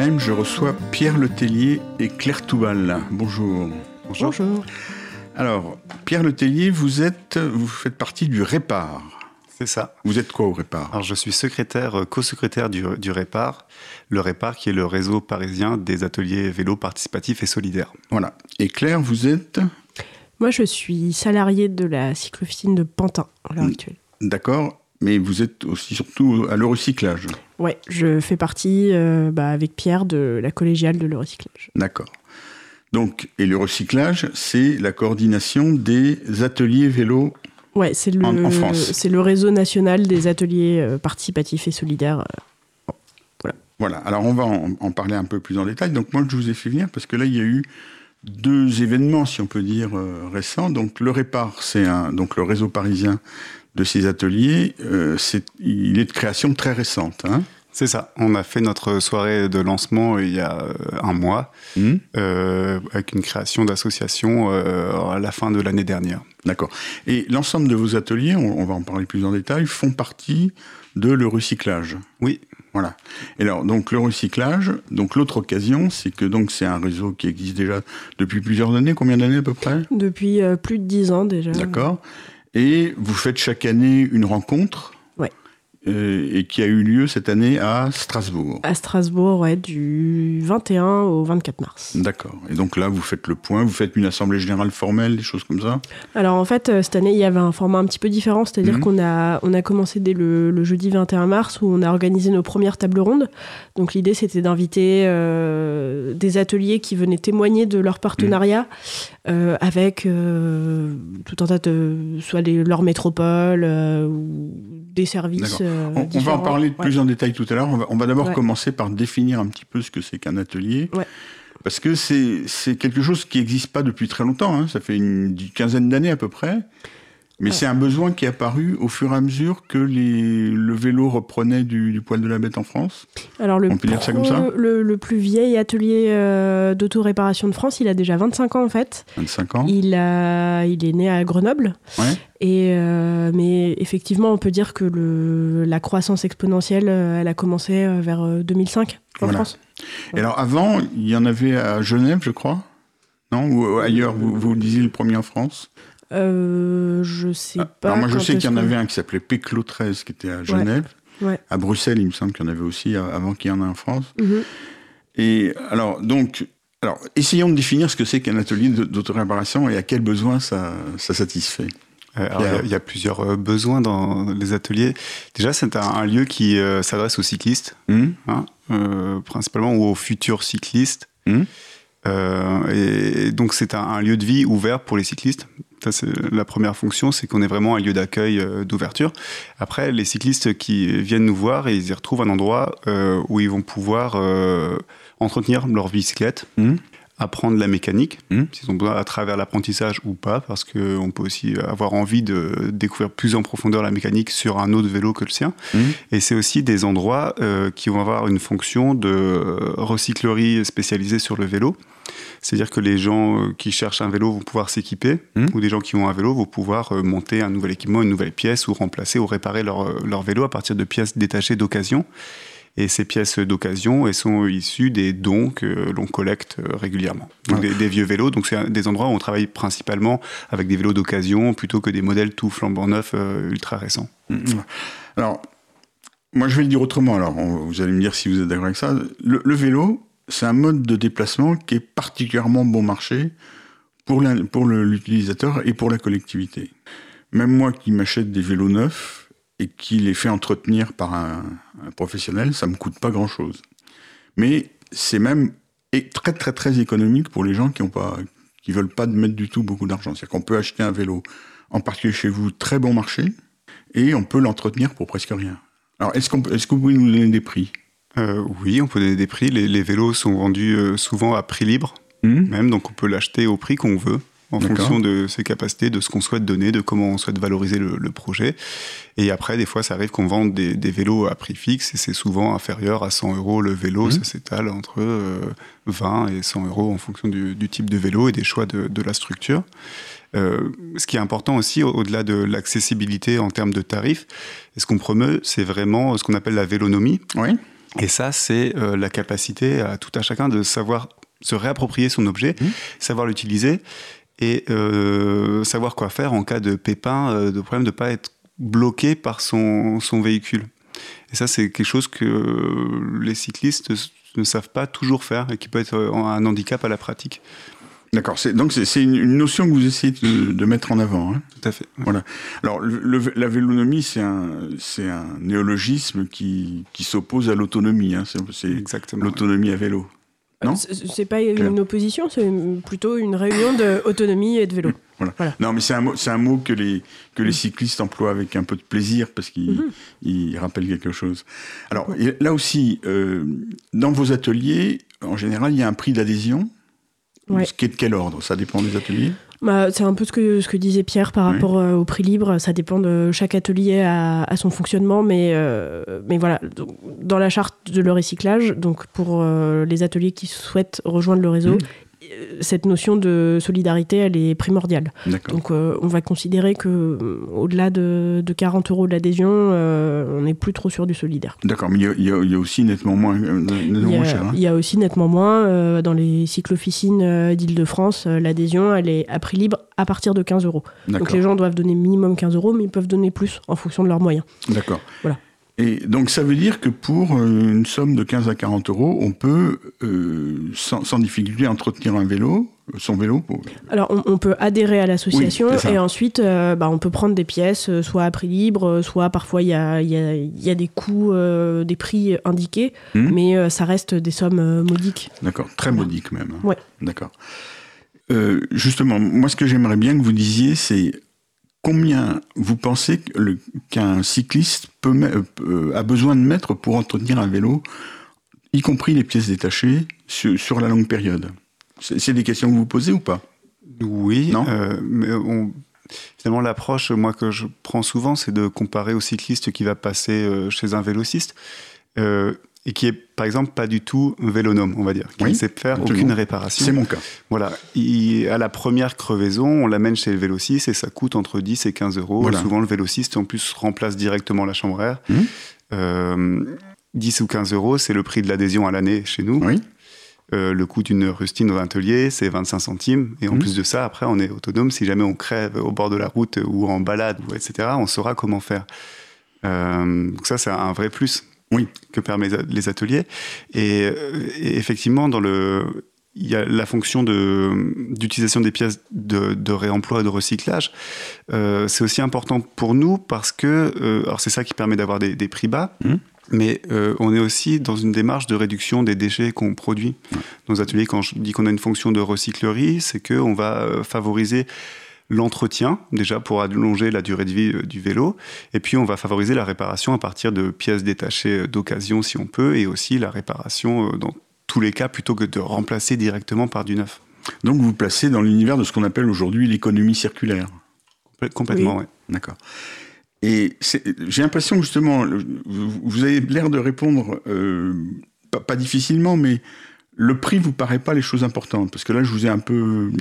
Time, je reçois Pierre Letellier et Claire Toubal. Bonjour. Bonjour. Alors, Pierre Letellier, vous faites partie du REPAR. C'est ça. Vous êtes quoi au REPAR ? Alors, je suis co-secrétaire du REPAR, le REPAR qui est le réseau parisien des ateliers vélo participatifs et solidaires. Voilà. Et Claire, vous êtes ? Moi, je suis salariée de la cyclo-officine de Pantin à l'heure actuelle. D'accord. Mais vous êtes aussi surtout à l'Eurocyclage. Ouais, je fais partie avec Pierre de la collégiale de l'Eurocyclage. D'accord. Donc, et l'Eurocyclage, c'est la coordination des ateliers vélo en France. C'est le réseau national des ateliers participatifs et solidaires. Voilà. Alors, on va en parler un peu plus en détail. Donc, moi, je vous ai fait venir parce que là, il y a eu 2 événements, si on peut dire, récents. Donc, le REPAR, c'est donc le réseau parisien de ces ateliers, il est de création très récente. Hein. C'est ça. On a fait notre soirée de lancement il y a un mois, avec une création d'association à la fin de l'année dernière. D'accord. Et l'ensemble de vos ateliers, on va en parler plus en détail, font partie de l'Eurocyclage. Oui. Voilà. Et alors, donc, l'Eurocyclage, donc l'autre occasion, c'est que donc, c'est un réseau qui existe déjà depuis plusieurs années. Combien d'années à peu près ? Depuis plus de 10 ans déjà. D'accord. Et vous faites chaque année une rencontre, et qui a eu lieu cette année à Strasbourg. À Strasbourg, ouais, du 21 au 24 mars. D'accord. Et donc là, vous faites le point, vous faites une assemblée générale formelle, des choses comme ça ? Alors en fait, cette année, il y avait un format un petit peu différent, c'est-à-dire qu'on a commencé dès le jeudi 21 mars où on a organisé nos premières tables rondes. Donc l'idée, c'était d'inviter des ateliers qui venaient témoigner de leur partenariat avec tout un tas de... soit leur métropole ou des services on va en parler plus en détail tout à l'heure. On va d'abord commencer par définir un petit peu ce que c'est qu'un atelier. Ouais. Parce que c'est quelque chose qui n'existe pas depuis très longtemps. Hein. Ça fait une quinzaine d'années à peu près. Mais c'est un besoin qui est apparu au fur et à mesure que le vélo reprenait du poil de la bête en France. Alors on peut dire ça comme ça ? Le plus vieil atelier d'autoréparation de France, il a déjà 25 ans en fait. 25 ans. Il est né à Grenoble. Ouais. Mais effectivement, on peut dire que la croissance exponentielle, elle a commencé vers 2005 en France. Et alors avant, il y en avait à Genève, je crois ? Non ? Ou ailleurs, vous le disiez le premier en France ? Je sais pas. Alors moi, je sais qu'il y en avait un qui s'appelait Péclo 13, qui était à Genève. Ouais. À Bruxelles, il me semble qu'il y en avait aussi avant qu'il y en ait en France. Et alors, essayons de définir ce que c'est qu'un atelier d'autoréparation et à quels besoins ça satisfait. Il y a plusieurs besoins dans les ateliers. Déjà, c'est un lieu qui s'adresse aux cyclistes, principalement, ou aux futurs cyclistes. Et donc, c'est un lieu de vie ouvert pour les cyclistes. Ça, c'est la première fonction, c'est qu'on est vraiment un lieu d'accueil, d'ouverture. Après, les cyclistes qui viennent nous voir, ils y retrouvent un endroit où ils vont pouvoir entretenir leur bicyclette, apprendre la mécanique, s'ils ont besoin à travers l'apprentissage ou pas, parce qu'on peut aussi avoir envie de découvrir plus en profondeur la mécanique sur un autre vélo que le sien. Et c'est aussi des endroits qui vont avoir une fonction de recyclerie spécialisée sur le vélo. C'est-à-dire que les gens qui cherchent un vélo vont pouvoir s'équiper, ou des gens qui ont un vélo vont pouvoir monter un nouvel équipement, une nouvelle pièce, ou remplacer ou réparer leur vélo à partir de pièces détachées d'occasion. Et ces pièces d'occasion, elles sont issues des dons que l'on collecte régulièrement. Donc des vieux vélos, donc c'est des endroits où on travaille principalement avec des vélos d'occasion plutôt que des modèles tout flambant neufs ultra récents. Alors, moi je vais le dire autrement, alors vous allez me dire si vous êtes d'accord avec ça. Le vélo, c'est un mode de déplacement qui est particulièrement bon marché pour l'utilisateur et pour la collectivité. Même moi qui m'achète des vélos neufs et qui les fait entretenir par un professionnel, ça ne me coûte pas grand-chose. Mais c'est même très très très économique pour les gens qui veulent pas mettre du tout beaucoup d'argent. C'est-à-dire qu'on peut acheter un vélo, en particulier chez vous, très bon marché, et on peut l'entretenir pour presque rien. Alors, est-ce que vous pouvez nous donner des prix ? Oui, on peut donner des prix. Les vélos sont vendus souvent à prix libre, même, donc on peut l'acheter au prix qu'on veut, en fonction de ses capacités, de ce qu'on souhaite donner, de comment on souhaite valoriser le projet. Et après, des fois, ça arrive qu'on vende des vélos à prix fixe, et c'est souvent inférieur à 100 € le vélo. Ça s'étale entre 20 et 100 € en fonction du type de vélo et des choix de la structure. Ce qui est important aussi, au-delà de l'accessibilité en termes de tarifs, et ce qu'on promeut, c'est vraiment ce qu'on appelle la vélonomie. Oui. Et ça, c'est la capacité à tout à chacun de savoir se réapproprier son objet, savoir l'utiliser et savoir quoi faire en cas de pépin, de problème, de ne pas être bloqué par son véhicule. Et ça, c'est quelque chose que les cyclistes ne savent pas toujours faire et qui peut être un handicap à la pratique. D'accord, donc c'est une notion que vous essayez de mettre en avant. Hein. Tout à fait. Ouais. Voilà. Alors la vélonomie, c'est un néologisme qui s'oppose à l'autonomie. Hein. C'est exactement l'autonomie à vélo. Non, c'est pas une opposition, c'est plutôt une réunion d'autonomie et de vélo. Voilà. Non, mais c'est un mot que les cyclistes emploient avec un peu de plaisir parce qu'il rappelle quelque chose. Alors là aussi, dans vos ateliers, en général, il y a un prix d'adhésion. Ouais. Ce qui est de quel ordre? Ça dépend des ateliers? C'est un peu ce que disait Pierre par rapport au prix libre. Ça dépend de chaque atelier à son fonctionnement, mais voilà. Donc, dans la charte de le recyclage, donc pour les ateliers qui souhaitent rejoindre le réseau, cette notion de solidarité, elle est primordiale. D'accord. Donc on va considérer que au-delà de 40 € de l'adhésion, on n'est plus trop sur du solidaire. D'accord, mais il y a aussi nettement moins cher. Hein. Il y a aussi nettement moins. Dans les cycles-officines d'Île-de-France, l'adhésion, elle est à prix libre à partir de 15 €. Donc les gens doivent donner minimum 15 €, mais ils peuvent donner plus en fonction de leurs moyens. D'accord. Voilà. Et donc ça veut dire que pour une somme de 15 à 40 €, on peut sans difficulté entretenir son vélo. Alors on peut adhérer à l'association et ensuite on peut prendre des pièces, soit à prix libre, soit parfois il y a des coûts, des prix indiqués, mais ça reste des sommes modiques. D'accord, très modiques même. Ouais. D'accord. Justement, moi ce que j'aimerais bien que vous disiez, c'est combien vous pensez qu'un cycliste a besoin de mettre pour entretenir un vélo, y compris les pièces détachées, sur la longue période? C'est des questions que vous vous posez ou pas? Oui, non mais finalement l'approche moi que je prends souvent, c'est de comparer au cycliste qui va passer chez un vélociste et qui est par exemple pas du tout vélonome, on va dire, qui ne sait faire aucune réparation. C'est mon cas. Voilà, à la première crevaison, on l'amène chez le vélociste et ça coûte entre 10 et 15 €. Voilà. Souvent le vélociste en plus remplace directement la chambre à air. 10 ou 15 €, c'est le prix de l'adhésion à l'année chez nous. Oui. Le coût d'une rustine dans un atelier, c'est 25 centimes. Et en plus de ça, après, on est autonome. Si jamais on crève au bord de la route ou en balade, etc., on saura comment faire. Donc ça, c'est un vrai plus que permettent les ateliers. Et effectivement, il y a la fonction d'utilisation des pièces de réemploi et de recyclage. C'est aussi important pour nous parce que alors c'est ça qui permet d'avoir des prix bas. Mais on est aussi dans une démarche de réduction des déchets qu'on produit. Dans nos ateliers, quand je dis qu'on a une fonction de recyclerie, c'est qu'on va favoriser l'entretien, déjà pour allonger la durée de vie du vélo, et puis on va favoriser la réparation à partir de pièces détachées d'occasion si on peut, et aussi la réparation dans tous les cas plutôt que de remplacer directement par du neuf. Donc vous vous placez dans l'univers de ce qu'on appelle aujourd'hui l'économie circulaire. Complètement, oui. D'accord. Et j'ai l'impression que justement, vous avez l'air de répondre, pas difficilement, mais le prix vous paraît pas les choses importantes. Parce que là, je vous ai un peu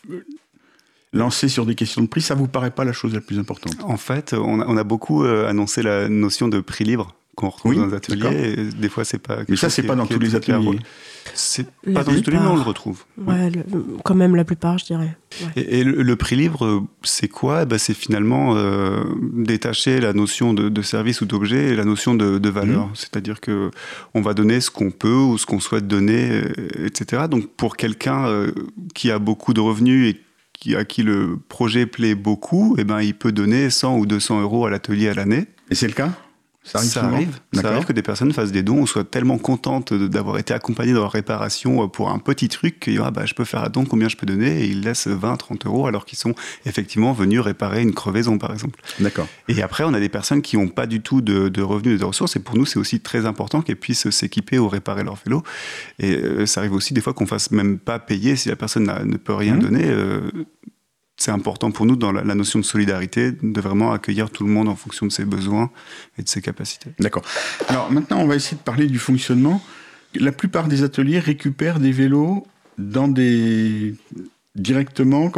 lancé sur des questions de prix, ça vous paraît pas la chose la plus importante? En fait, on a beaucoup annoncé la notion de prix libre qu'on retrouve dans les ateliers. Et des fois, c'est pas. Mais ça, c'est pas dans tous les ateliers. C'est pas dans les ateliers, mais on le retrouve. Ouais, quand même la plupart, je dirais. Ouais. Et le prix libre, c'est quoi? C'est finalement détacher la notion de service ou d'objet et la notion de valeur. C'est-à-dire que on va donner ce qu'on peut ou ce qu'on souhaite donner, etc. Donc pour quelqu'un qui a beaucoup de revenus et à qui le projet plaît beaucoup, il peut donner 100 ou 200 € à l'atelier à l'année. Et c'est le cas? Ça arrive que des personnes fassent des dons ou soient tellement contentes d'avoir été accompagnées dans leur réparation pour un petit truc que je peux faire un don, combien je peux donner, et ils laissent 20, 30 € alors qu'ils sont effectivement venus réparer une crevaison par exemple. D'accord. Et après on a des personnes qui n'ont pas du tout de revenus et de ressources, et pour nous c'est aussi très important qu'elles puissent s'équiper ou réparer leur vélo. Et ça arrive aussi des fois qu'on ne fasse même pas payer si la personne ne peut rien donner. C'est important pour nous dans la notion de solidarité de vraiment accueillir tout le monde en fonction de ses besoins et de ses capacités. D'accord. Alors maintenant, on va essayer de parler du fonctionnement. La plupart des ateliers récupèrent des vélos directement. Comment ça se passe ?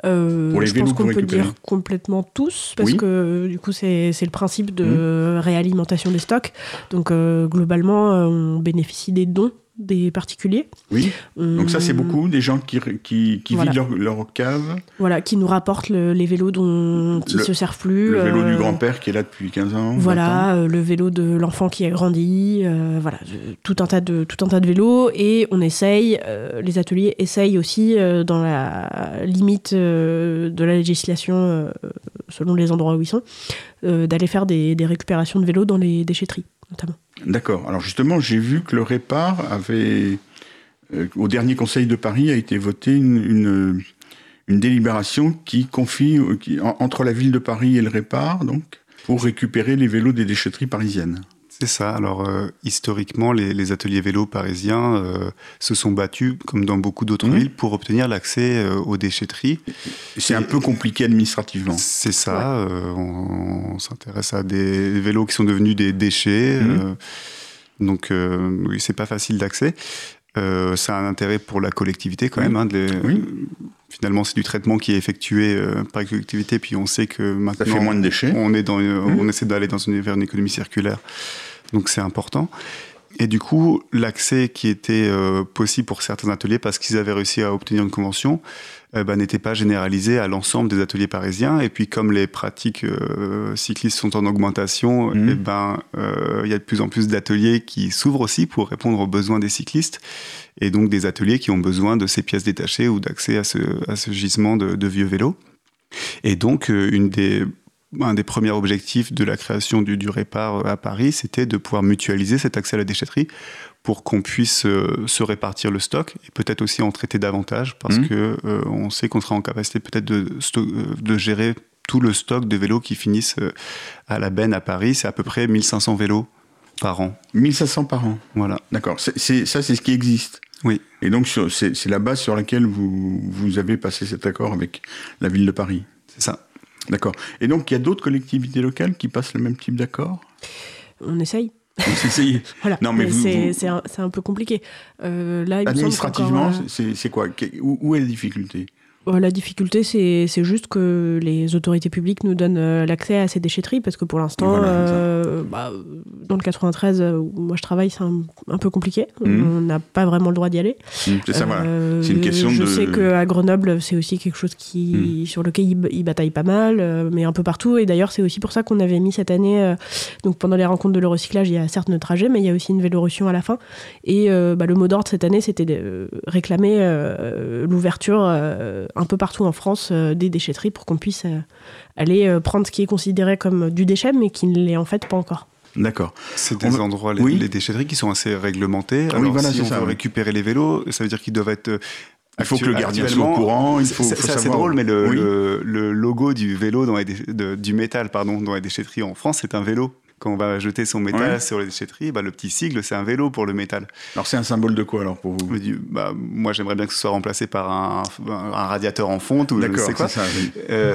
Pour les je vélos pense qu'on que vous peut récupérez. dire complètement tous, parce Oui. que du coup c'est le principe de réalimentation des stocks. Donc globalement, on bénéficie des dons des particuliers. Oui. Donc ça, c'est beaucoup des gens qui Voilà. vident leur cave. Voilà, qui nous rapportent les vélos dont ils se servent plus. Le vélo du grand-père qui est là depuis 15 ans. 20 ans. Voilà, le vélo de l'enfant qui a grandi, voilà, tout un tas de vélos, et on essaye, les ateliers essayent aussi, dans la limite de la législation, selon les endroits où ils sont, d'aller faire des récupérations de vélos dans les déchetteries, notamment. D'accord. Alors justement, j'ai vu que le Répar avait, au dernier Conseil de Paris, a été voté une délibération qui confie entre la ville de Paris et le Répar, donc, pour récupérer les vélos des déchetteries parisiennes. C'est ça. Alors, historiquement, les ateliers vélos parisiens se sont battus, comme dans beaucoup d'autres villes, pour obtenir l'accès aux déchetteries. C'est un peu compliqué administrativement. C'est ça. On s'intéresse à des vélos qui sont devenus des déchets. Donc, oui, c'est pas facile d'accès. Ça a un intérêt pour la collectivité quand même. Finalement, c'est du traitement qui est effectué par la collectivité, puis on sait que maintenant, ça fait moins de déchets. On essaie d'aller vers une économie circulaire. Donc c'est important. Et du coup, l'accès qui était possible pour certains ateliers, parce qu'ils avaient réussi à obtenir une convention, n'était pas généralisé à l'ensemble des ateliers parisiens. Et puis, comme les pratiques cyclistes sont en augmentation, il y a de plus en plus d'ateliers qui s'ouvrent aussi pour répondre aux besoins des cyclistes. Et donc, des ateliers qui ont besoin de ces pièces détachées ou d'accès à ce gisement de vieux vélos. Et donc, un des premiers objectifs de la création du Répar à Paris, c'était de pouvoir mutualiser cet accès à la déchetterie pour qu'on puisse se répartir le stock et peut-être aussi en traiter davantage, parce que on sait qu'on sera en capacité peut-être de gérer tout le stock de vélos qui finissent à la benne à Paris. C'est à peu près 1500 vélos par an. 1500 par an. Voilà. D'accord. Ça, c'est ce qui existe. Oui. Et donc, c'est la base sur laquelle vous avez passé cet accord avec la ville de Paris. C'est ça. D'accord. Et donc, il y a d'autres collectivités locales qui passent le même type d'accord ? On essaye. Vous essayez. Voilà. Non, mais c'est un peu compliqué. Là, il administrativement, me semble qu'encore, c'est quoi ? Où est la difficulté ? La difficulté, c'est juste que les autorités publiques nous donnent l'accès à ces déchetteries, parce que pour l'instant, dans le 93, où moi je travaille, c'est un peu compliqué. On n'a pas vraiment le droit d'y aller. C'est ça, voilà. C'est une question je sais qu'à Grenoble, c'est aussi quelque chose sur lequel ils bataillent pas mal, mais un peu partout. Et d'ailleurs, c'est aussi pour ça qu'on avait mis cette année, donc pendant les rencontres de l'Eurocyclage, il y a certes nos trajets, mais il y a aussi une Vélorussion à la fin. Et le mot d'ordre cette année, c'était de réclamer l'ouverture un peu partout en France des déchetteries pour qu'on puisse aller prendre ce qui est considéré comme du déchet, mais qui ne l'est en fait pas encore. D'accord. C'est des endroits, les déchetteries, qui sont assez réglementés. Alors, voilà, si on veut récupérer les vélos, ça veut dire qu'ils doivent être... Il faut que le gardien soit au courant. C'est assez drôle, mais le logo du vélo du métal, dans les déchetteries en France, c'est un vélo. Quand on va jeter son métal sur les déchetteries, le petit sigle, c'est un vélo pour le métal. Alors, c'est un symbole de quoi, alors, pour vous ? Moi, j'aimerais bien que ce soit remplacé par un radiateur en fonte ou je ne sais quoi. C'est ça, oui.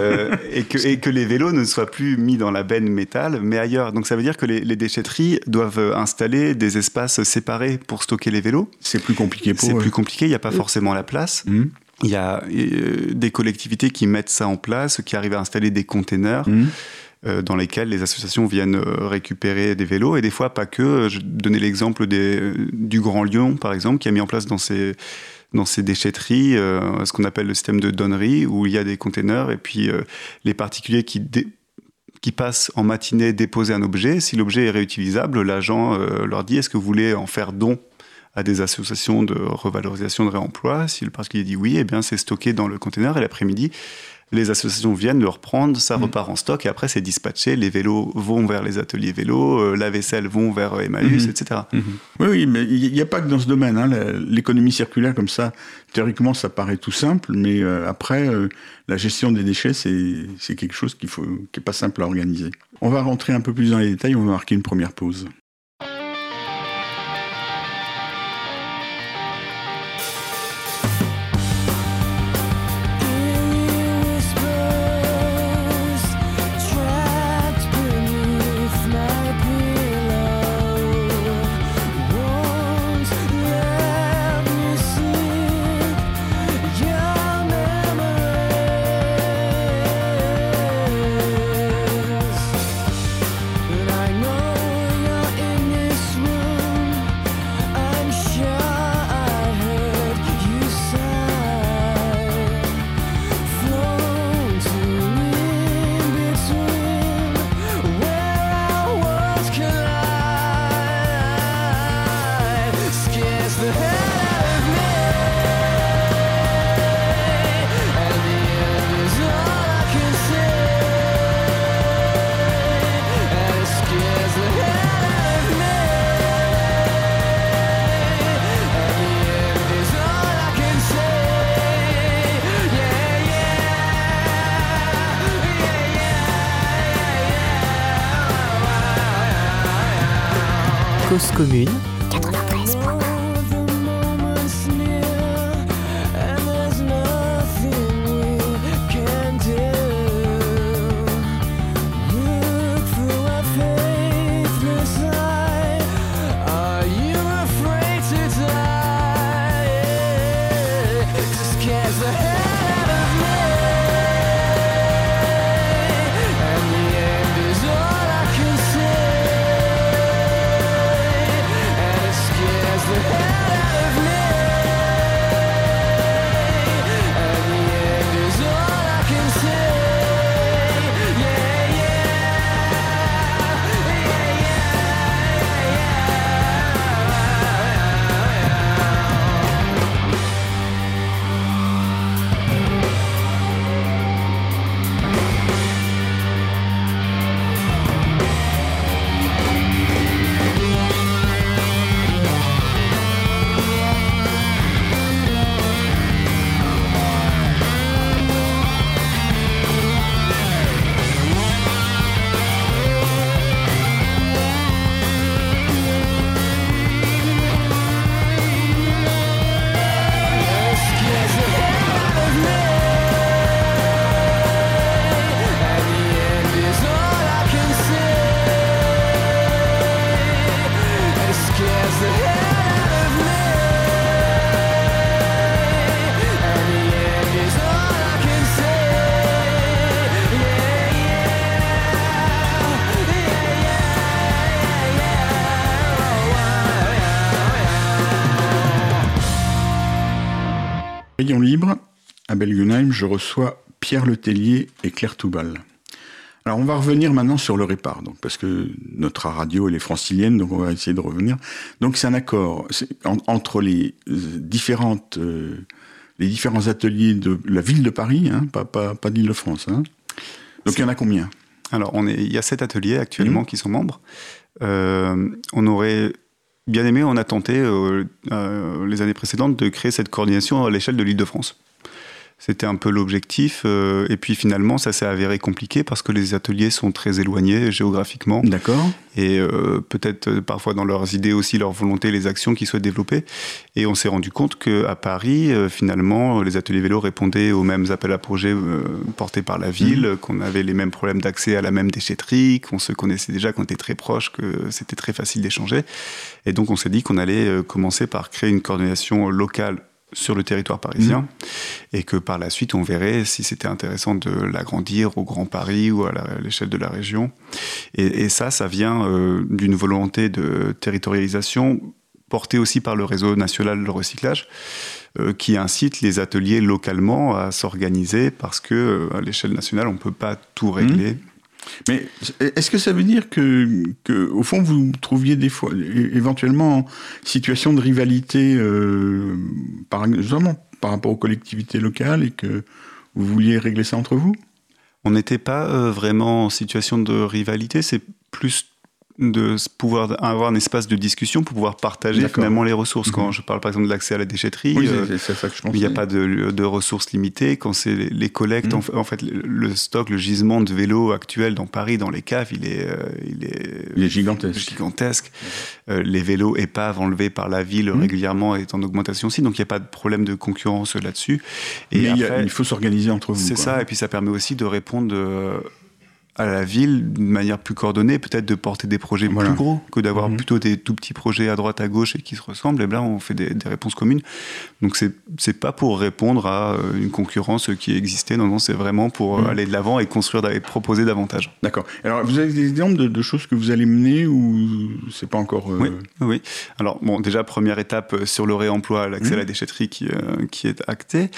Et que les vélos ne soient plus mis dans la benne métal, mais ailleurs. Donc, ça veut dire que les déchetteries doivent installer des espaces séparés pour stocker les vélos. C'est plus compliqué pour eux. C'est plus compliqué, il n'y a pas forcément la place. Il y a des collectivités qui mettent ça en place, qui arrivent à installer des containers. Dans lesquels les associations viennent récupérer des vélos, et des fois pas que. Je donnais l'exemple du Grand Lyon, par exemple, qui a mis en place dans ses déchetteries ce qu'on appelle le système de donnerie, où il y a des containers, et puis les particuliers qui passent en matinée déposer un objet. Si l'objet est réutilisable, l'agent leur dit « Est-ce que vous voulez en faire don à des associations de revalorisation de réemploi ?» Si le particulier dit oui, eh bien c'est stocké dans le container, et l'après-midi, les associations viennent le reprendre, ça repart en stock, et après c'est dispatché, les vélos vont vers les ateliers vélos, la vaisselle vont vers Emmaüs, etc. Oui, mais il n'y a pas que dans ce domaine. L'économie circulaire, comme ça, théoriquement, ça paraît tout simple, mais après, la gestion des déchets, c'est quelque chose qui n'est pas simple à organiser. On va rentrer un peu plus dans les détails, on va marquer une première pause. Cause commune 93.1. Rayon libre, à Belgenheim, je reçois Pierre Letellier et Claire Toubal. Alors on va revenir maintenant sur le Répar, donc, parce que notre radio elle est francilienne, donc on va essayer de revenir. Donc c'est un accord entre les différents ateliers de la ville de Paris, hein, pas d'Île-de-France. Hein. Donc il y en a combien ? Alors il y a 7 ateliers actuellement qui sont membres. On aurait bien aimé, on a tenté les années précédentes de créer cette coordination à l'échelle de l'Île-de-France. C'était un peu l'objectif, et puis finalement ça s'est avéré compliqué parce que les ateliers sont très éloignés géographiquement. D'accord. Et peut-être parfois dans leurs idées aussi, leur volonté, les actions qu'ils souhaitent développer. Et on s'est rendu compte qu'à Paris, finalement, les ateliers vélo répondaient aux mêmes appels à projets portés par la ville, qu'on avait les mêmes problèmes d'accès à la même déchetterie, qu'on se connaissait déjà, qu'on était très proches, que c'était très facile d'échanger. Et donc on s'est dit qu'on allait commencer par créer une coordination locale sur le territoire parisien, et que par la suite on verrait si c'était intéressant de l'agrandir au Grand Paris ou à l'échelle de la région. Et ça vient d'une volonté de territorialisation portée aussi par le réseau national de recyclage, qui incite les ateliers localement à s'organiser parce que à l'échelle nationale on ne peut pas tout régler. Mais est-ce que ça veut dire que au fond, vous trouviez des fois, éventuellement, en situation de rivalité, justement, par rapport aux collectivités locales, et que vous vouliez régler ça entre vous ? On n'était pas vraiment en situation de rivalité, c'est plus de pouvoir avoir un espace de discussion pour pouvoir partager finalement les ressources. Quand je parle par exemple de l'accès à la déchetterie, c'est ça que je pense. Il n'y a pas de ressources limitées. Quand c'est les collectes, en fait, le stock, le gisement de vélos actuel dans Paris, dans les caves, il est gigantesque. Les vélos épaves enlevés par la ville régulièrement est en augmentation aussi, donc il n'y a pas de problème de concurrence là-dessus. Et après, il faut s'organiser entre vous. C'est ça, et puis ça permet aussi de répondre à la ville d'une manière plus coordonnée, peut-être de porter des projets plus gros que d'avoir plutôt des tout petits projets à droite à gauche et qui se ressemblent. Et bien là on fait des réponses communes, donc c'est pas pour répondre à une concurrence qui existait, non, c'est vraiment pour aller de l'avant et construire et proposer davantage. D'accord. Alors vous avez des exemples de choses que vous allez mener, ou c'est pas encore Oui. Alors bon, déjà première étape sur le réemploi, l'accès à la déchetterie qui est acté.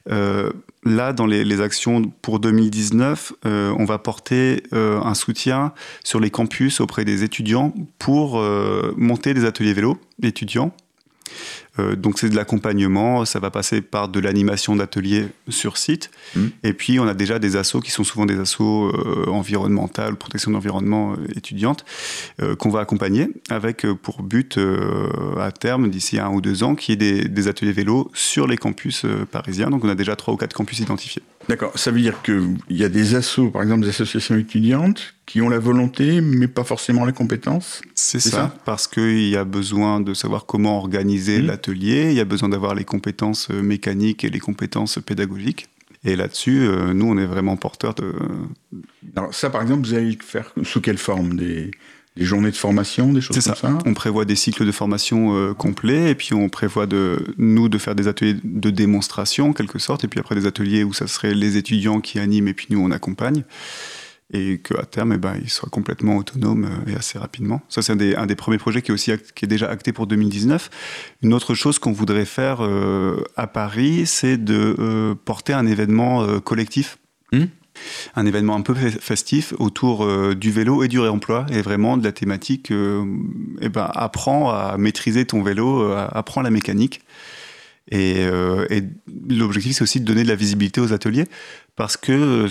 Là, dans les actions pour 2019, on va porter un soutien sur les campus auprès des étudiants pour monter des ateliers vélo étudiants. Donc c'est de l'accompagnement, ça va passer par de l'animation d'ateliers sur site. Et puis on a déjà des assos qui sont souvent des assos environnementales, protection de l'environnement étudiante, qu'on va accompagner avec pour but à terme, d'ici 1 ou 2 ans, qu'il y ait des ateliers vélo sur les campus parisiens. Donc on a déjà 3 ou 4 campus identifiés. D'accord, ça veut dire qu'il y a des assos, par exemple des associations étudiantes, qui ont la volonté, mais pas forcément la compétence. C'est ça, parce qu'il y a besoin de savoir comment organiser l'atelier, il y a besoin d'avoir les compétences mécaniques et les compétences pédagogiques. Et là-dessus, nous, on est vraiment porteurs de... Alors ça, par exemple, vous allez le faire sous quelle forme ? Des journées de formation, des choses comme ça ? On prévoit des cycles de formation complets, et puis on prévoit de faire des ateliers de démonstration, en quelque sorte, et puis après des ateliers où ça serait les étudiants qui animent, et puis nous, on accompagne. Et qu'à terme, ils soient complètement autonomes et assez rapidement. Ça, c'est un des premiers projets qui est déjà acté pour 2019. Une autre chose qu'on voudrait faire à Paris, c'est de porter un événement collectif. Un événement un peu festif autour du vélo et du réemploi, et vraiment de la thématique apprends à maîtriser ton vélo, apprends la mécanique. Et l'objectif, c'est aussi de donner de la visibilité aux ateliers, parce que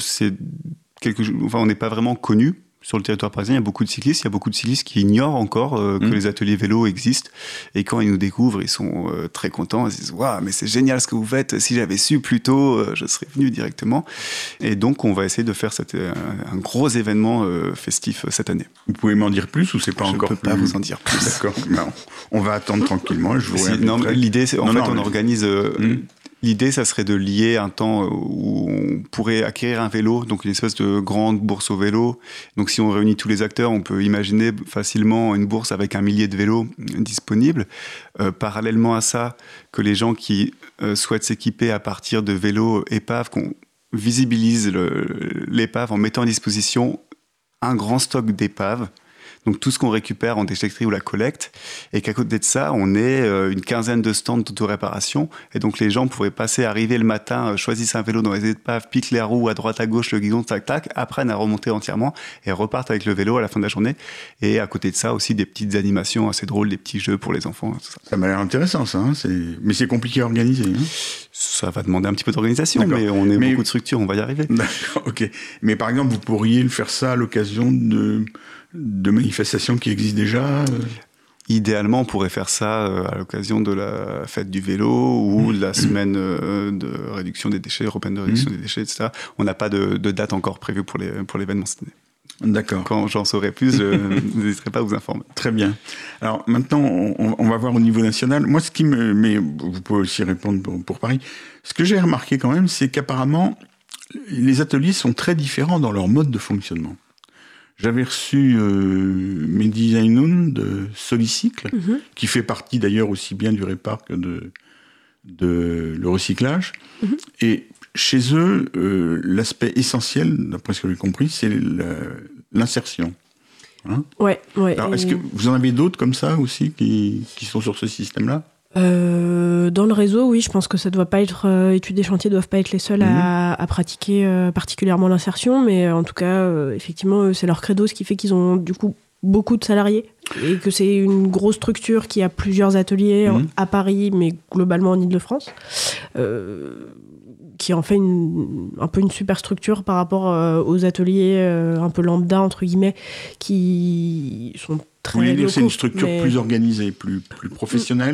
on n'est pas vraiment connu sur le territoire parisien. Il y a beaucoup de cyclistes qui ignorent encore que les ateliers vélo existent, et quand ils nous découvrent, ils sont très contents, ils se disent « Waouh, mais c'est génial ce que vous faites, si j'avais su plus tôt, je serais venu directement ». Et donc on va essayer de faire un gros événement festif cette année. Vous pouvez m'en dire plus, ou c'est pas encore plus... Je peux pas vous en dire plus. D'accord, on va attendre tranquillement. L'idée, c'est on organise... L'idée, ça serait de lier un temps où on pourrait acquérir un vélo, donc une espèce de grande bourse au vélo. Donc si on réunit tous les acteurs, on peut imaginer facilement une bourse avec 1 millier de vélos disponibles. Parallèlement à ça, que les gens qui souhaitent s'équiper à partir de vélos épaves, qu'on visibilise l'épave en mettant à disposition un grand stock d'épaves. Donc tout ce qu'on récupère en déchetterie ou la collecte, et qu'à côté de ça, on ait une quinzaine de stands d'autoréparation, et donc les gens pourraient arriver le matin, choisissent un vélo dans les épaves, piquent les roues à droite à gauche, le guidon, tac tac, apprennent à remonter entièrement et repartent avec le vélo à la fin de la journée. Et à côté de ça aussi des petites animations assez drôles, des petits jeux pour les enfants. Tout ça. Ça m'a l'air intéressant ça, hein. Mais c'est compliqué à organiser. Hein. Ça va demander un petit peu d'organisation, mais on est beaucoup de structures, on va y arriver. D'accord, ok. Mais par exemple, vous pourriez faire ça à l'occasion de manifestations qui existent déjà Idéalement, on pourrait faire ça à l'occasion de la fête du vélo ou de la semaine de réduction des déchets, européenne de réduction des déchets, etc. On n'a pas de date encore prévue pour l'événement cette année. D'accord. Quand j'en saurai plus, je n'hésiterai pas à vous informer. Très bien. Alors maintenant, on va voir au niveau national. Moi, mais vous pouvez aussi répondre pour Paris. Ce que j'ai remarqué quand même, c'est qu'apparemment, les ateliers sont très différents dans leur mode de fonctionnement. J'avais reçu Mehdi Zainoun de Solicycle, qui fait partie d'ailleurs aussi bien du répart que de le recyclage. Et chez eux, l'aspect essentiel, d'après ce que j'ai compris, c'est l'insertion. Hein ? Ouais. Alors, est-ce que vous en avez d'autres comme ça aussi qui sont sur ce système-là ? Dans le réseau, oui, je pense que ça doit pas être études des chantiers doivent pas être les seuls à pratiquer particulièrement l'insertion, mais en tout cas, effectivement, c'est leur credo, ce qui fait qu'ils ont du coup beaucoup de salariés et que c'est une grosse structure qui a plusieurs ateliers à Paris, mais globalement en Île-de-France, qui en fait un peu une super structure par rapport aux ateliers un peu lambda entre guillemets qui sont très Vous voulez dire locaux, c'est une structure plus organisée, plus professionnelle ?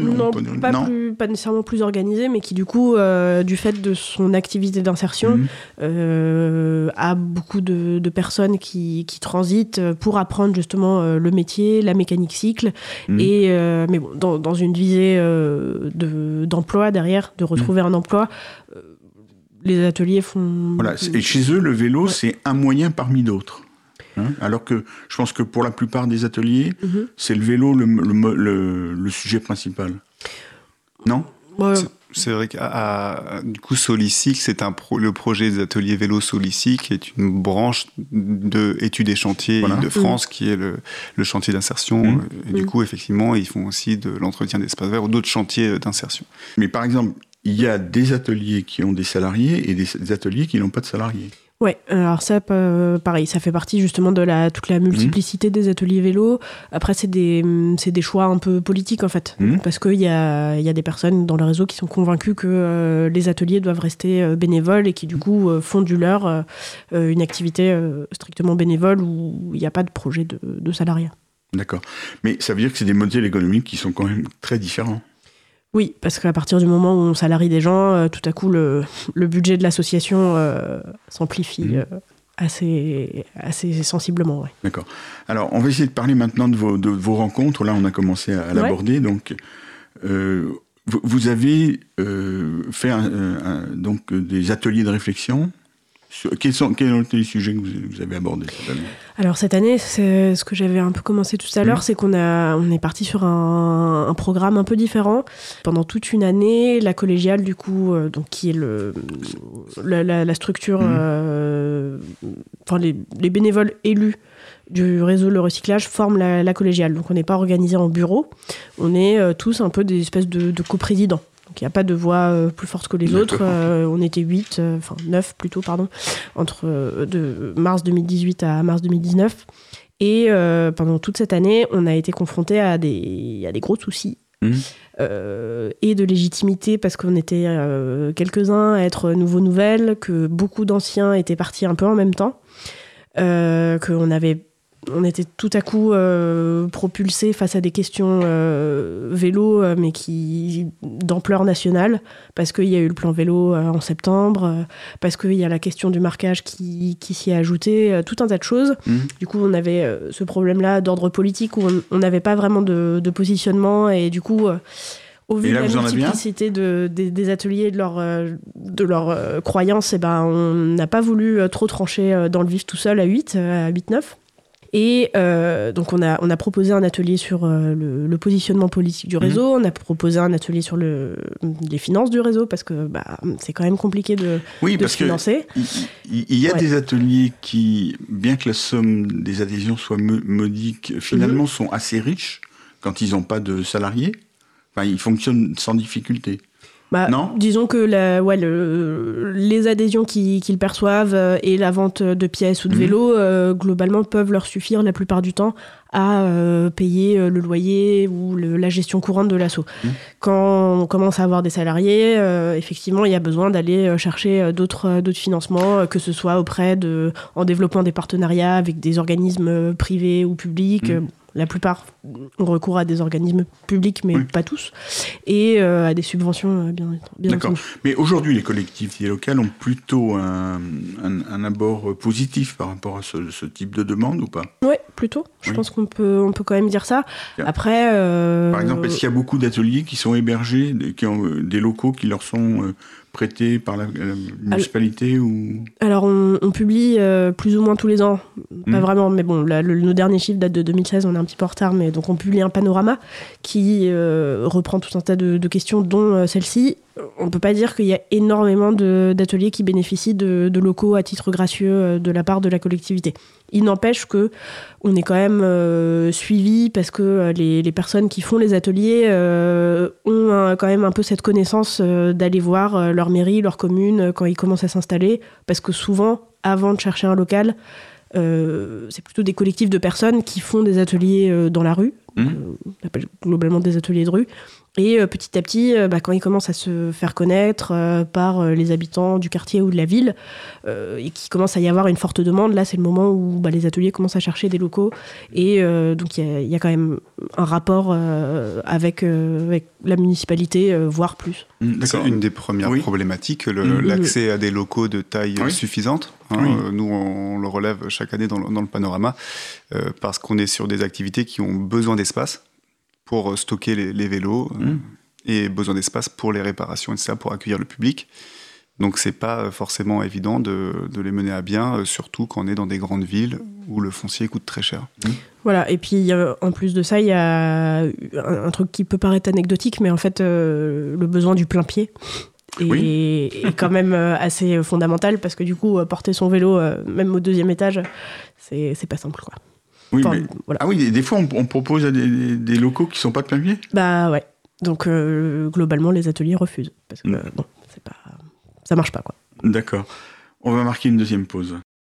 Non, pas nécessairement plus organisée, mais qui du coup, du fait de son activité d'insertion, a beaucoup de personnes qui transitent pour apprendre justement le métier, la mécanique cycle, et mais bon, dans une visée d'emploi derrière, de retrouver un emploi. Les ateliers font... Voilà, et chez eux, le vélo, c'est un moyen parmi d'autres. Hein, alors que je pense que pour la plupart des ateliers, c'est le vélo le sujet principal. Non ? C'est vrai que du coup, Solicycle, c'est le projet des ateliers vélo Solicycle, qui est une branche de études et chantiers de France, qui est le chantier d'insertion. Et du coup, effectivement, ils font aussi de l'entretien d'espaces verts ou d'autres chantiers d'insertion. Mais par exemple, il y a des ateliers qui ont des salariés et des ateliers qui n'ont pas de salariés. Ouais, alors ça, pareil, ça fait partie justement de toute la multiplicité des ateliers vélo. Après, c'est des choix un peu politiques en fait, parce qu'il y a des personnes dans le réseau qui sont convaincues que les ateliers doivent rester bénévoles et qui du coup font du leur une activité strictement bénévole où il n'y a pas de projet de salariat. D'accord, mais ça veut dire que c'est des modèles économiques qui sont quand même très différents. Oui, parce qu'à partir du moment où on salarie des gens, tout à coup, le budget de l'association s'amplifie assez sensiblement. Ouais. D'accord. Alors, on va essayer de parler maintenant de vos rencontres. Là, on a commencé à l'aborder. Donc, vous avez fait donc des ateliers de réflexion. Quels ont été les sujets que vous avez abordés cette année ? Alors cette année, c'est ce que j'avais un peu commencé tout à l'heure, c'est qu'on est parti sur un programme un peu différent. Pendant toute une année, la collégiale, du coup, donc qui est la structure, les bénévoles élus du réseau Le Recyclage forment la collégiale. Donc on n'est pas organisé en bureau, on est tous un peu des espèces de coprésidents. Donc il n'y a pas de voix plus forte que les autres. On était 9 plutôt, entre de mars 2018 à mars 2019. Et pendant toute cette année, on a été confrontés à des gros soucis. Et de légitimité, parce qu'on était quelques-uns à être nouvelles, que beaucoup d'anciens étaient partis un peu en même temps, on était tout à coup propulsés face à des questions vélo, mais d'ampleur nationale, parce qu'il y a eu le plan vélo en septembre, parce qu'il y a la question du marquage qui s'y est ajouté, tout un tas de choses. Du coup, on avait ce problème-là d'ordre politique où on n'avait pas vraiment de positionnement, et du coup... Au vu de la multiplicité des ateliers et de leurs croyances, on n'a pas voulu trop trancher dans le vif tout seul à 8-9. Et donc on a proposé un atelier sur le positionnement politique du réseau, on a proposé un atelier sur les finances du réseau, parce que c'est quand même compliqué de se financer. Il y a des ateliers qui, bien que la somme des adhésions soit modique, finalement sont assez riches quand ils n'ont pas de salariés. Enfin, ils fonctionnent sans difficulté. Non ? Disons que les adhésions qu'ils perçoivent et la vente de pièces ou de vélos, globalement, peuvent leur suffire la plupart du temps à payer le loyer ou la gestion courante de l'asso. Quand on commence à avoir des salariés, effectivement, il y a besoin d'aller chercher d'autres financements, que ce soit en développant des partenariats avec des organismes privés ou publics. La plupart ont recours à des organismes publics, mais pas tous, et à des subventions, bien D'accord. entendu. Mais aujourd'hui, les collectivités locales ont plutôt un abord positif par rapport à ce type de demande, ou pas ? Oui, plutôt. Je pense qu'on peut quand même dire ça. Après... Par exemple, est-ce qu'il y a beaucoup d'ateliers qui sont hébergés, qui ont des locaux qui leur sont... prêtés par la municipalité ou... Alors, on publie plus ou moins tous les ans. Pas vraiment, mais bon, nos derniers chiffres datent de 2016, on est un petit peu en retard, mais donc on publie un panorama qui reprend tout un tas de questions, dont celle-ci. On ne peut pas dire qu'il y a énormément d'ateliers qui bénéficient de locaux à titre gracieux de la part de la collectivité. Il n'empêche qu'on est quand même suivi, parce que les personnes qui font les ateliers ont quand même un peu cette connaissance d'aller voir leur mairie, leur commune, quand ils commencent à s'installer, parce que souvent, avant de chercher un local, c'est plutôt des collectifs de personnes qui font des ateliers dans la rue, on appelle globalement des ateliers de rue, et petit à petit, quand ils commencent à se faire connaître par les habitants du quartier ou de la ville, et qu'il commence à y avoir une forte demande, là c'est le moment où les ateliers commencent à chercher des locaux, et donc il y a quand même un rapport avec la municipalité, voire plus. C'est une des premières problématiques, l'accès à des locaux de taille suffisante. Nous, on le relève chaque année dans le panorama, parce qu'on est sur des activités qui ont besoin d'espace pour stocker les vélos, et besoin d'espace pour les réparations, etc., pour accueillir le public. Donc c'est pas forcément évident de les mener à bien, surtout quand on est dans des grandes villes où le foncier coûte très cher. Voilà, et puis en plus de ça, il y a un truc qui peut paraître anecdotique, mais en fait, le besoin du plein pied est quand même assez fondamental, parce que du coup, porter son vélo, même au 2e étage, c'est pas simple, quoi. Oui, voilà. Ah oui, des fois, on propose à des locaux qui sont pas de plein pied ? Ouais. Donc, globalement, les ateliers refusent. Parce que, ça marche pas, quoi. D'accord. On va marquer une deuxième pause.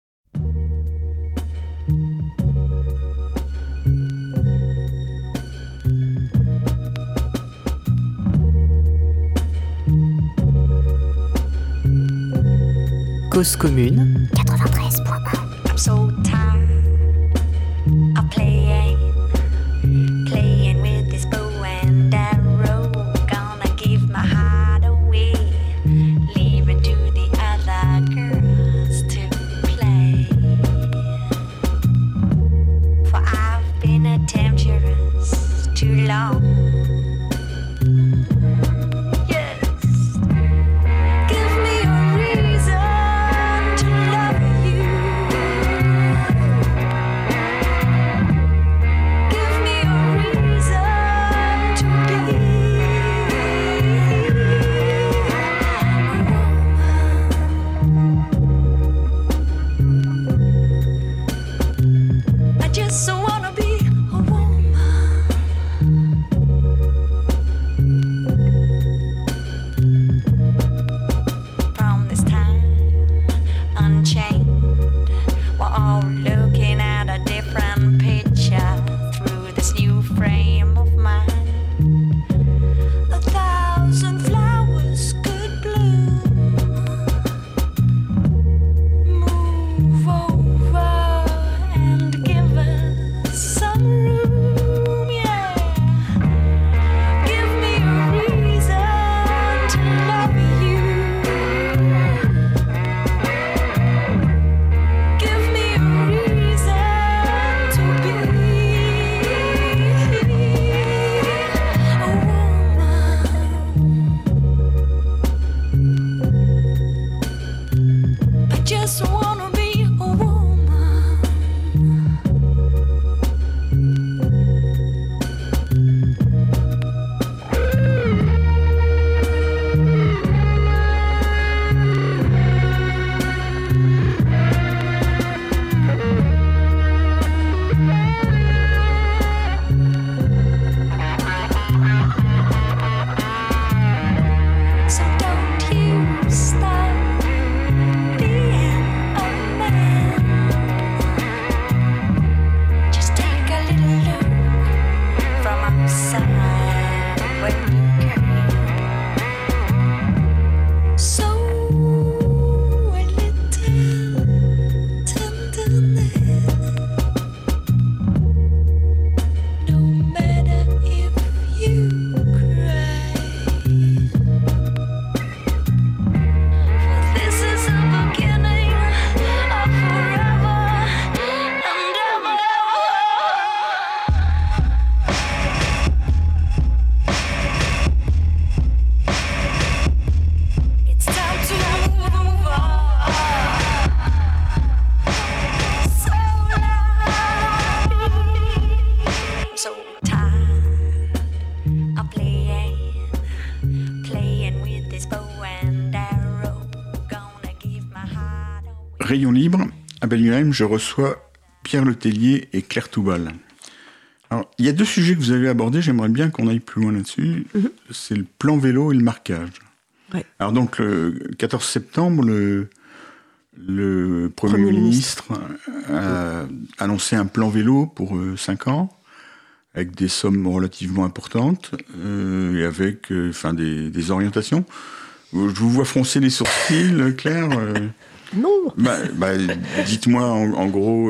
Cause commune 93.1. I'm so tired of playing with this bow and arrow. Gonna Rayon Libre, à Bellingheim, je reçois Pierre Letellier et Claire Toubal. Alors, il y a 2 sujets que vous avez abordés, j'aimerais bien qu'on aille plus loin là-dessus. C'est le plan vélo et le marquage. Ouais. Alors donc, le 14 septembre, le Premier ministre a annoncé un plan vélo pour 5 ans, avec des sommes relativement importantes, et avec des orientations. Je vous vois froncer les sourcils, Claire. Non. Dites-moi en gros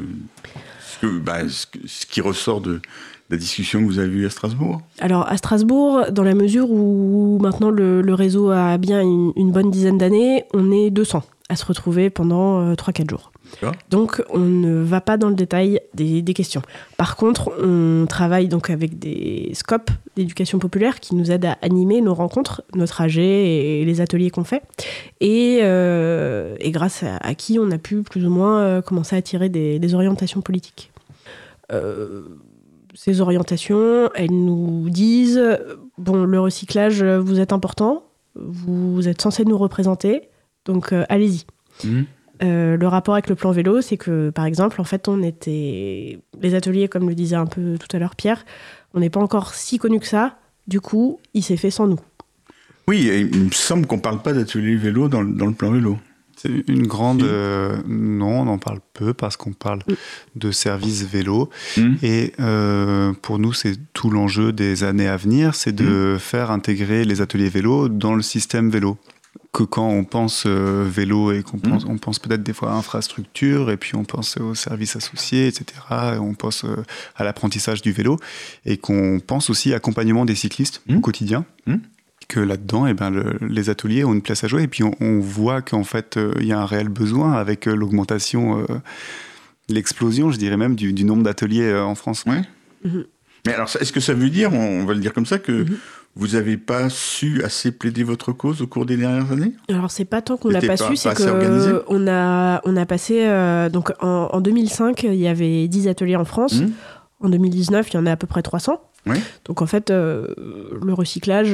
ce qui ressort de la discussion que vous avez eue à Strasbourg. Alors à Strasbourg, dans la mesure où maintenant le réseau a bien une bonne dizaine d'années, on est 200 à se retrouver pendant 3-4 jours. D'accord. Donc on ne va pas dans le détail des questions. Par contre, on travaille donc avec des scopes d'éducation populaire qui nous aident à animer nos rencontres, nos trajets et les ateliers qu'on fait. Et grâce à qui on a pu plus ou moins commencer à tirer des orientations politiques. Ces orientations, elles nous disent bon, le recyclage, vous êtes important, vous êtes censé nous représenter, donc allez-y. Le rapport avec le plan vélo, c'est que, par exemple, en fait, les ateliers, comme le disait un peu tout à l'heure Pierre, on n'est pas encore si connus que ça. Du coup, il s'est fait sans nous. Oui, il me semble qu'on ne parle pas d'atelier vélo dans le plan vélo. C'est une grande... non, on en parle peu parce qu'on parle de service vélo. Et pour nous, c'est tout l'enjeu des années à venir, c'est de faire intégrer les ateliers vélo dans le système vélo. Que quand on pense vélo et on pense peut-être des fois à infrastructure et puis on pense aux services associés, etc. Et on pense à l'apprentissage du vélo et qu'on pense aussi à l'accompagnement des cyclistes au quotidien. Que là-dedans, les ateliers ont une place à jouer et puis on voit qu'en fait, il y a un réel besoin avec l'augmentation, l'explosion, je dirais même, du nombre d'ateliers en France. Ouais. Mais alors, est-ce que ça veut dire, on va le dire comme ça, que vous n'avez pas su assez plaider votre cause au cours des dernières années ? Alors, c'est pas tant qu'on l'a pas su, c'est qu'on a passé... donc, en 2005, il y avait 10 ateliers en France. En 2019, il y en a à peu près 300. Oui. Donc, en fait, le recyclage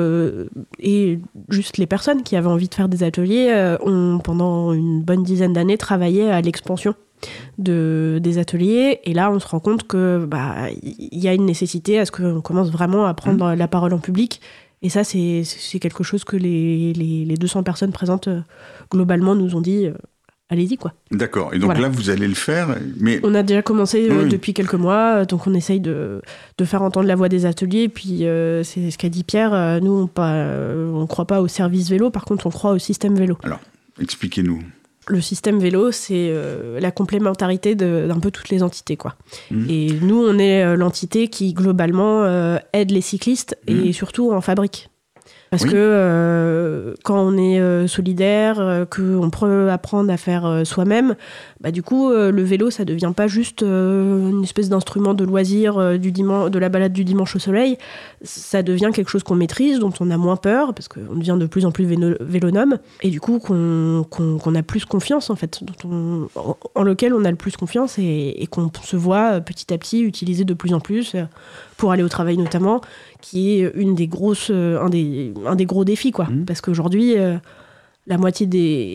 et juste les personnes qui avaient envie de faire des ateliers ont, pendant une bonne dizaine d'années, travaillé à l'expansion des ateliers. Et là, on se rend compte que y a une nécessité à ce qu'on commence vraiment à prendre la parole en public. Et ça, c'est quelque chose que les 200 personnes présentes, globalement, nous ont dit... allez-y, quoi. D'accord. Et donc là, vous allez le faire, mais... On a déjà commencé depuis quelques mois, donc on essaye de faire entendre la voix des ateliers. Puis c'est ce qu'a dit Pierre, nous, on croit pas au service vélo, par contre, on croit au système vélo. Alors, expliquez-nous. Le système vélo, c'est la complémentarité d'un peu toutes les entités, quoi. Et nous, on est l'entité qui, globalement, aide les cyclistes et surtout en fabrique. Parce que quand on est solidaire, qu'on peut apprendre à faire soi-même, du coup, le vélo, ça devient pas juste une espèce d'instrument de loisir de la balade du dimanche au soleil. Ça devient quelque chose qu'on maîtrise, dont on a moins peur, parce qu'on devient de plus en plus vélonome, et du coup, qu'on a plus confiance, en fait, en lequel on a le plus confiance et qu'on se voit petit à petit utiliser de plus en plus pour aller au travail notamment, qui est un des gros défis, quoi. Parce qu'aujourd'hui, la moitié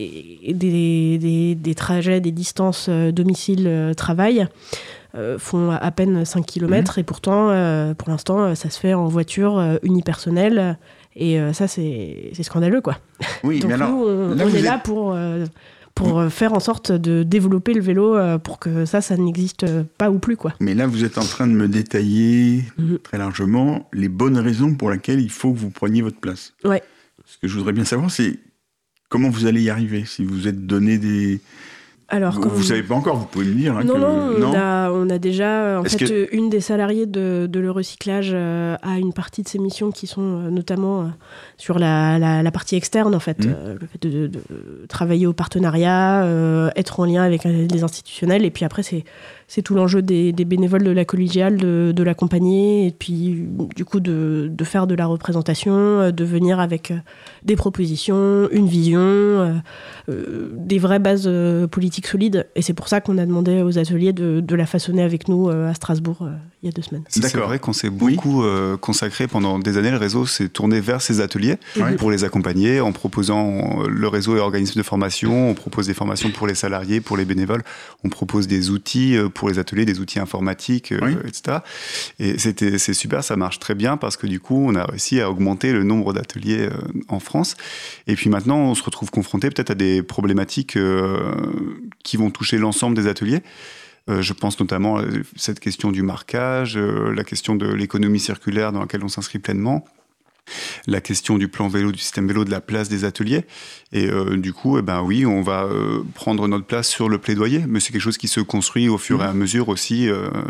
des trajets, des distances domicile-travail font à peine 5 km et pourtant, pour l'instant, ça se fait en voiture unipersonnelle et ça, c'est scandaleux, quoi. Oui, donc mais alors, nous, on est là pour faire en sorte de développer le vélo pour que ça n'existe pas ou plus, quoi. Mais là, vous êtes en train de me détailler très largement les bonnes raisons pour lesquelles il faut que vous preniez votre place. Ouais. Ce que je voudrais bien savoir, c'est comment vous allez y arriver, si vous êtes donné des... Alors, vous ne savez pas encore, vous pouvez me dire. On a déjà... une des salariées de le recyclage a une partie de ses missions qui sont notamment sur la partie externe, en fait. Le fait de travailler au partenariat, être en lien avec les institutionnels. Et puis après, c'est C'est tout l'enjeu des bénévoles de la collégiale, de l'accompagner, et puis du coup de faire de la représentation, de venir avec des propositions, une vision, des vraies bases politiques solides. Et c'est pour ça qu'on a demandé aux ateliers de la façonner avec nous à Strasbourg il y a 2 semaines. C'est vrai qu'on s'est beaucoup consacré pendant des années. Le réseau s'est tourné vers ces ateliers pour les accompagner en proposant le réseau et organismes de formation. On propose des formations pour les salariés, pour les bénévoles. On propose des outils pour les ateliers, des outils informatiques, etc. Et c'est super, ça marche très bien parce que du coup, on a réussi à augmenter le nombre d'ateliers en France. Et puis maintenant, on se retrouve confronté peut-être à des problématiques qui vont toucher l'ensemble des ateliers. Je pense notamment à cette question du marquage, la question de l'économie circulaire dans laquelle on s'inscrit pleinement, la question du plan vélo, du système vélo, de la place des ateliers. Et du coup, oui, on va prendre notre place sur le plaidoyer, mais c'est quelque chose qui se construit au fur et à mesure aussi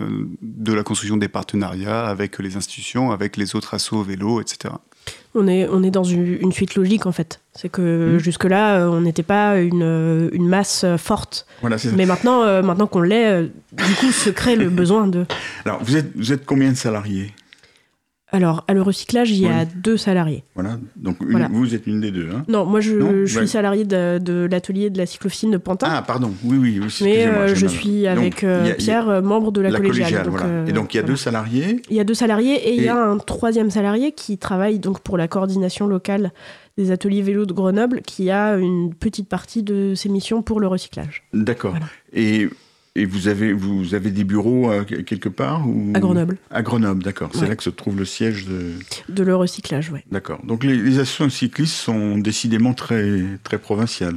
de la construction des partenariats avec les institutions, avec les autres assos vélo, etc. On est dans une suite logique, en fait. C'est que jusque-là, on n'était pas une masse forte. Voilà, mais maintenant qu'on l'est, du coup, se crée le besoin de... Alors, vous êtes combien de salariés ? Alors, à l'Eurocyclage, il y a 2 salariés. Voilà, donc vous êtes une des 2. Hein. Non, moi je suis salariée de l'atelier de la cyclofine de Pantin. Ah, pardon, oui. Mais je suis avec Pierre, membre de la collégiale. Donc, voilà. Et donc il y a 2 salariés. Il y a 2 salariés et il y a un 3e salarié qui travaille donc pour la coordination locale des ateliers vélo de Grenoble, qui a une petite partie de ses missions pour le recyclage. D'accord. Voilà. Et vous avez des bureaux quelque part ou... À Grenoble. À Grenoble, d'accord. C'est là que se trouve le siège de le recyclage, oui. D'accord. Donc les associations cyclistes sont décidément très, très provinciales.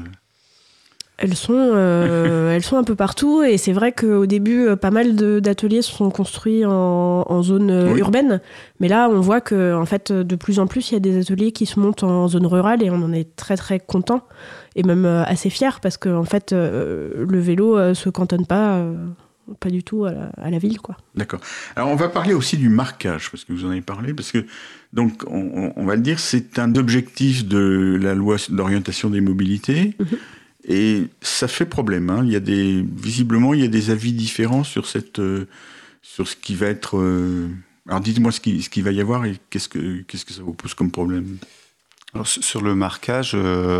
Elles sont un peu partout, et c'est vrai qu'au début, pas mal d'ateliers se sont construits en zone urbaine, mais là, on voit que en fait, de plus en plus, il y a des ateliers qui se montent en zone rurale, et on en est très très content, et même assez fiers, parce que en fait, le vélo se cantonne pas du tout à la ville, quoi. D'accord. Alors, on va parler aussi du marquage, parce que vous en avez parlé, parce que, donc, on va le dire, c'est un objectif de la loi d'orientation des mobilités. Et ça fait problème. Hein. Visiblement, il y a des avis différents sur ce qui va être. Alors, dites-moi ce qui va y avoir et qu'est-ce que ça vous pose comme problème. Alors, sur le marquage,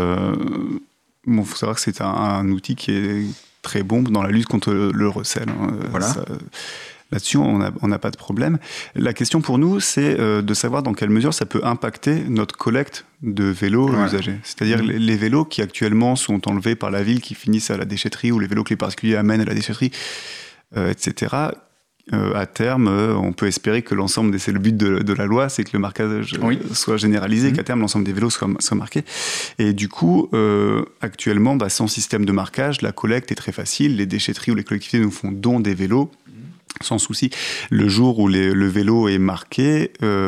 faut savoir que c'est un outil qui est très bon dans la lutte contre le recel. Hein. Voilà. Là-dessus, on n'a pas de problème. La question pour nous, c'est de savoir dans quelle mesure ça peut impacter notre collecte de vélos usagés. C'est-à-dire les vélos qui actuellement sont enlevés par la ville, qui finissent à la déchetterie, ou les vélos que les particuliers amènent à la déchetterie, etc. À terme, on peut espérer que l'ensemble, c'est le but de la loi, c'est que le marquage soit généralisé, qu'à terme, l'ensemble des vélos soit marqué. Et du coup, actuellement, sans système de marquage, la collecte est très facile. Les déchetteries ou les collectivités nous font don des vélos, sans souci. Le jour où le vélo est marqué,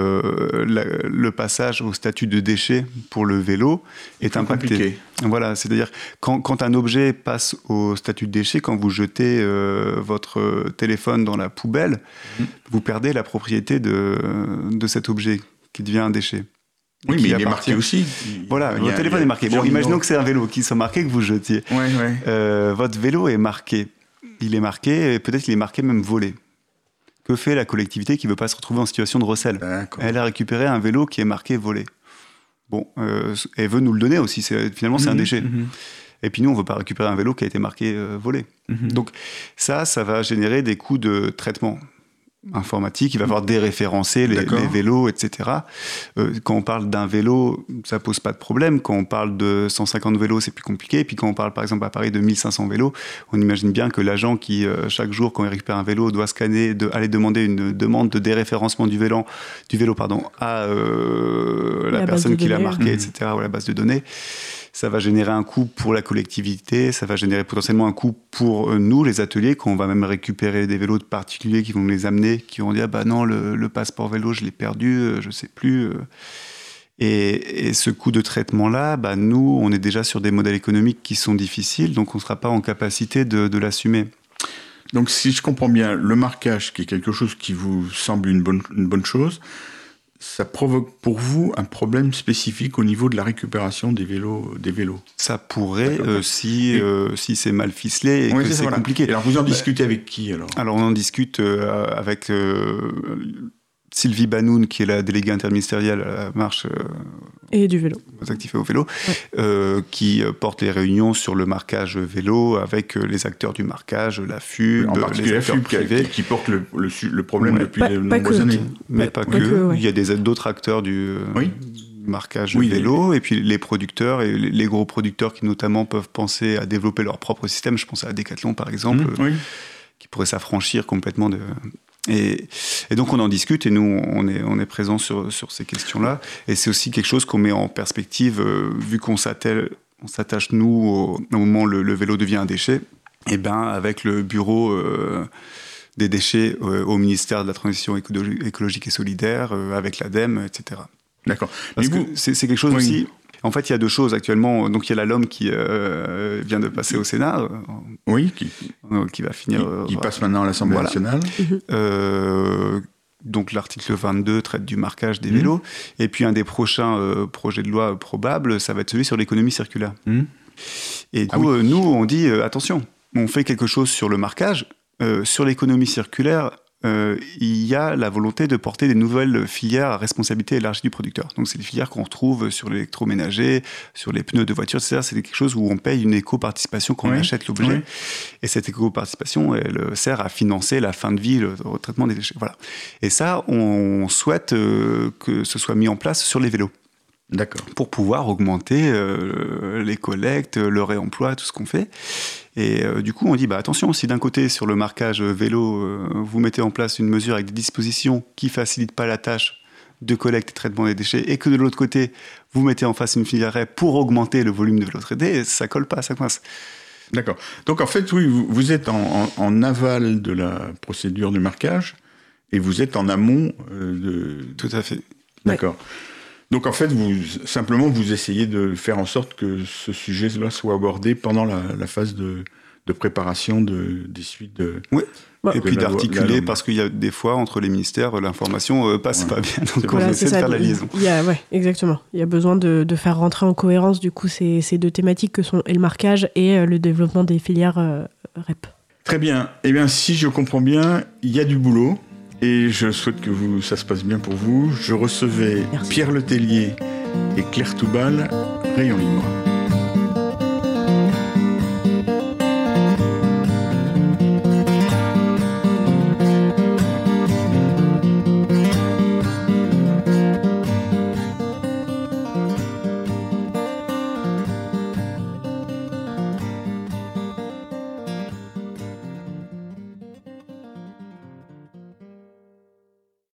le passage au statut de déchet pour le vélo est impacté. Compliqué. Voilà, c'est-à-dire quand un objet passe au statut de déchet, quand vous jetez votre téléphone dans la poubelle, vous perdez la propriété de cet objet qui devient un déchet. Oui, mais il est marqué aussi. Voilà, votre téléphone est marqué. Bon, imaginons que c'est un vélo qui soit marqué, que vous jetiez. Votre vélo est marqué. Il est marqué, et peut-être qu'il est marqué même volé. Que fait la collectivité qui ne veut pas se retrouver en situation de recel ? Elle a récupéré un vélo qui est marqué volé. Bon, elle veut nous le donner aussi, finalement c'est un déchet. Et puis nous, on ne veut pas récupérer un vélo qui a été marqué volé. Donc ça va générer des coûts de traitement informatique, il va falloir déréférencer les vélos, etc. Quand on parle d'un vélo, ça pose pas de problème. Quand on parle de 150 vélos, c'est plus compliqué. Et puis quand on parle, par exemple, à Paris, de 1500 vélos, on imagine bien que l'agent qui, chaque jour, quand il récupère un vélo, doit scanner, aller demander une demande de déréférencement du vélo à la personne qui l'a marqué, etc., ou la base de données. Ça va générer un coût pour la collectivité, ça va générer potentiellement un coût pour nous, les ateliers, quand on va même récupérer des vélos de particuliers qui vont nous les amener, qui vont dire « Ah bah non, le passeport vélo, je l'ai perdu, je ne sais plus ». Et ce coût de traitement-là, nous, on est déjà sur des modèles économiques qui sont difficiles, donc on ne sera pas en capacité de l'assumer. Donc si je comprends bien, le marquage, qui est quelque chose qui vous semble une bonne chose, ça provoque pour vous un problème spécifique au niveau de la récupération des vélos. Ça pourrait, si c'est mal ficelé et que c'est compliqué. Et alors vous en discutez avec qui alors ? Alors on en discute avec Sylvie Banoun, qui est la déléguée interministérielle à la marche et du vélo. Aux actifs et au vélo, qui porte les réunions sur le marquage vélo avec les acteurs du marquage, la FUB, les acteurs privés qui portent le problème depuis de nombreuses années. Mais pas que. Il y a d'autres acteurs du marquage vélo, et puis les producteurs et les gros producteurs qui notamment peuvent penser à développer leur propre système. Je pense à Decathlon par exemple, qui pourrait s'affranchir complètement de... Et donc on en discute et nous on est présents sur ces questions-là, et c'est aussi quelque chose qu'on met en perspective vu qu'on s'attache nous au moment où le vélo devient un déchet, et ben avec le bureau des déchets au ministère de la Transition écologique et solidaire, avec l'ADEME, etc. D'accord. Parce que c'est quelque chose aussi. En fait, il y a deux choses actuellement. Donc, il y a la LOM qui vient de passer au Sénat. Qui va finir. Qui passe maintenant à l'Assemblée nationale. Donc, l'article 22 traite du marquage des vélos. Et puis, un des prochains projets de loi probables, ça va être celui sur l'économie circulaire. Et nous, on dit attention, on fait quelque chose sur le marquage. Sur l'économie circulaire, il y a la volonté de porter des nouvelles filières à responsabilité élargie du producteur. Donc, c'est des filières qu'on retrouve sur l'électroménager, sur les pneus de voiture, etc. C'est quelque chose où on paye une éco-participation quand on achète l'objet. Et cette éco-participation, elle sert à financer la fin de vie, le traitement des déchets. Voilà. Et ça, on souhaite que ce soit mis en place sur les vélos. D'accord. Pour pouvoir augmenter les collectes, le réemploi, tout ce qu'on fait. Et du coup, on dit, attention, si d'un côté, sur le marquage vélo, vous mettez en place une mesure avec des dispositions qui ne facilitent pas la tâche de collecte et traitement des déchets, et que de l'autre côté, vous mettez en face une filière REP pour augmenter le volume de vélos traités, ça ne colle pas, ça coince. D'accord. Donc en fait, oui, vous êtes en aval de la procédure du marquage, et vous êtes en amont de... Tout à fait. D'accord. Ouais. Donc en fait, vous essayez de faire en sorte que ce sujet-là soit abordé pendant la phase de préparation des suites de... Oui, et puis d'articuler, parce qu'il y a des fois, entre les ministères, l'information passe pas bien, donc on essaie de faire la liaison. Exactement. Il y a besoin de faire rentrer en cohérence, du coup, ces deux thématiques que sont le marquage et le développement des filières REP. Très bien. Eh bien, si je comprends bien, il y a du boulot. Et je souhaite que ça se passe bien pour vous. Je recevais Pierre Letellier et Claire Toubal, Rayon Libre.